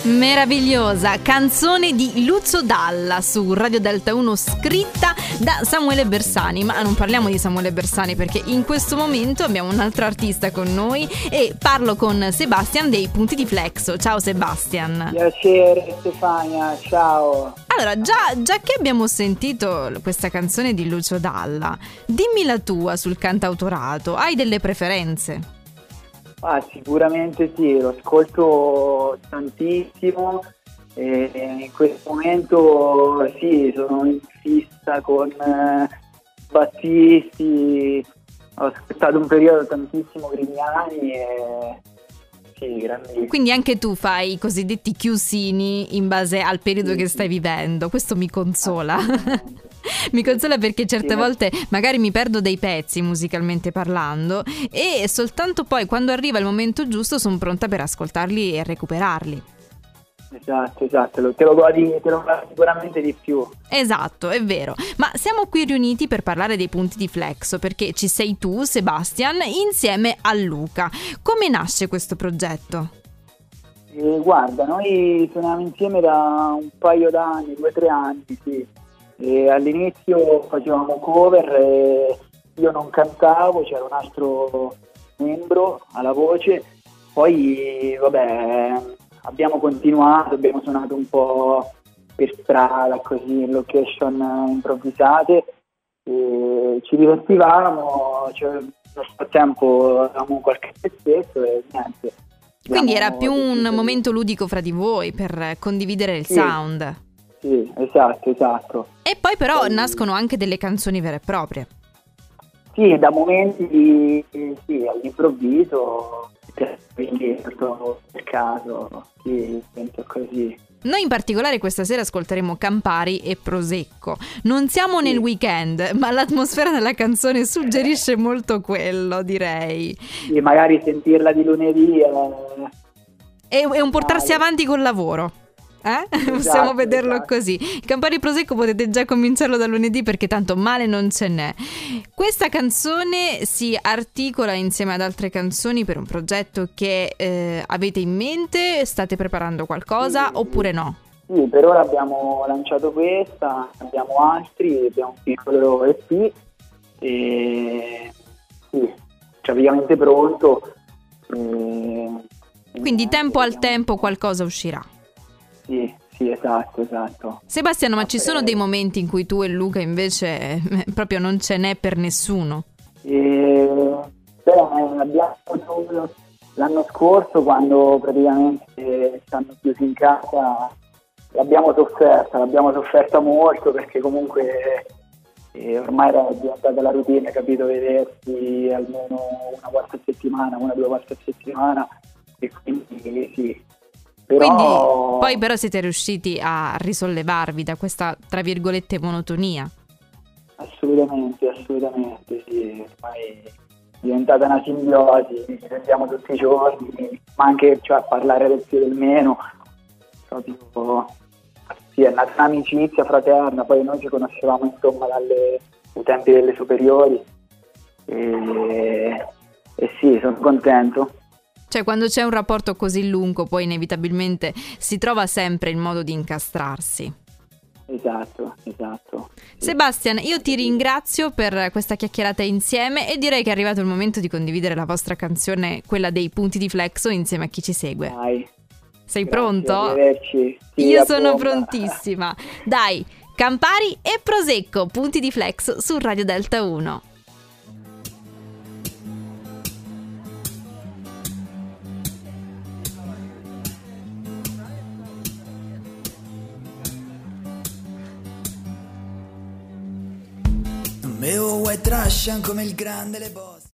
Meravigliosa canzone di Lucio Dalla su Radio Delta 1, scritta da Samuele Bersani. Ma non parliamo di Samuele Bersani, perché in questo momento abbiamo un altro artista con noi e parlo con Sebastian dei Punti di Flexo. Ciao Sebastian. Piacere Stefania, ciao. Allora, già che abbiamo sentito questa canzone di Lucio Dalla, dimmi la tua sul cantautorato. Hai delle preferenze? Sicuramente sì, lo ascolto tantissimo e in questo momento sì, sono in fissa con Battisti, ho ascoltato un periodo tantissimo Grignani e sì, grandissimo. Quindi anche tu fai i cosiddetti chiusini in base al periodo che stai vivendo, questo mi consola. Mi consola perché certe volte magari mi perdo dei pezzi musicalmente parlando e soltanto poi quando arriva il momento giusto sono pronta per ascoltarli e recuperarli. Esatto, te lo godi sicuramente di più. Esatto, è vero. Ma siamo qui riuniti per parlare dei Punti di Flexo perché ci sei tu, Sebastian, insieme a Luca. Come nasce questo progetto? Guarda, noi suoniamo insieme da un paio d'anni, 2 o 3 anni, sì. E all'inizio facevamo cover e io non cantavo, c'era un altro membro alla voce, poi vabbè abbiamo continuato, abbiamo suonato un po' per strada, così in location improvvisate e ci divertivamo, nel frattempo avevamo qualche pezzetto e niente. Quindi era più un momento ludico fra di voi per condividere il sound. Sì, esatto. E poi però nascono anche delle canzoni vere e proprie. Sì, da momenti sì, all'improvviso, quindi per caso, sì, penso così. Noi in particolare questa sera ascolteremo Campari e Prosecco. Non siamo nel weekend, ma l'atmosfera della canzone suggerisce molto quello, direi. Sì, magari sentirla di lunedì è un portarsi avanti col lavoro. Possiamo vederlo così. Campari Prosecco potete già cominciarlo da lunedì perché tanto male non ce n'è. Questa canzone si articola insieme ad altre canzoni per un progetto che avete in mente? State preparando qualcosa oppure no? Sì, per ora abbiamo lanciato questa, abbiamo altri, abbiamo un piccolo EP e sì, praticamente pronto. Quindi tempo al tempo qualcosa uscirà. Sì, esatto. Sebastiano, ma ci sono dei momenti in cui tu e Luca invece proprio non ce n'è per nessuno? Abbiamo l'anno scorso, quando praticamente stanno chiusi in casa, l'abbiamo sofferta molto perché comunque ormai era diventata la routine, capito, vedersi almeno una volta a settimana, 1 o 2 volte a settimana e quindi sì. Quindi poi però siete riusciti a risollevarvi da questa, tra virgolette, monotonia? Assolutamente, sì. Ormai è diventata una simbiosi, ci sentiamo tutti i giorni, ma anche a parlare del più e del meno. Proprio, sì, è nata un'amicizia fraterna, poi noi ci conoscevamo insomma dai tempi delle superiori e sì, sono contento. Cioè quando c'è un rapporto così lungo poi inevitabilmente si trova sempre il modo di incastrarsi. Esatto. Sebastian, io ti ringrazio per questa chiacchierata insieme e direi che è arrivato il momento di condividere la vostra canzone, quella dei Punti di Flexo, insieme a chi ci segue. Dai. Sei Grazie, pronto? Arrivederci. Sì, Io sono prontissima. Dai, Campari e Prosecco, Punti di Flexo su Radio Delta 1. Bevo white Russian come il grande Le Boss.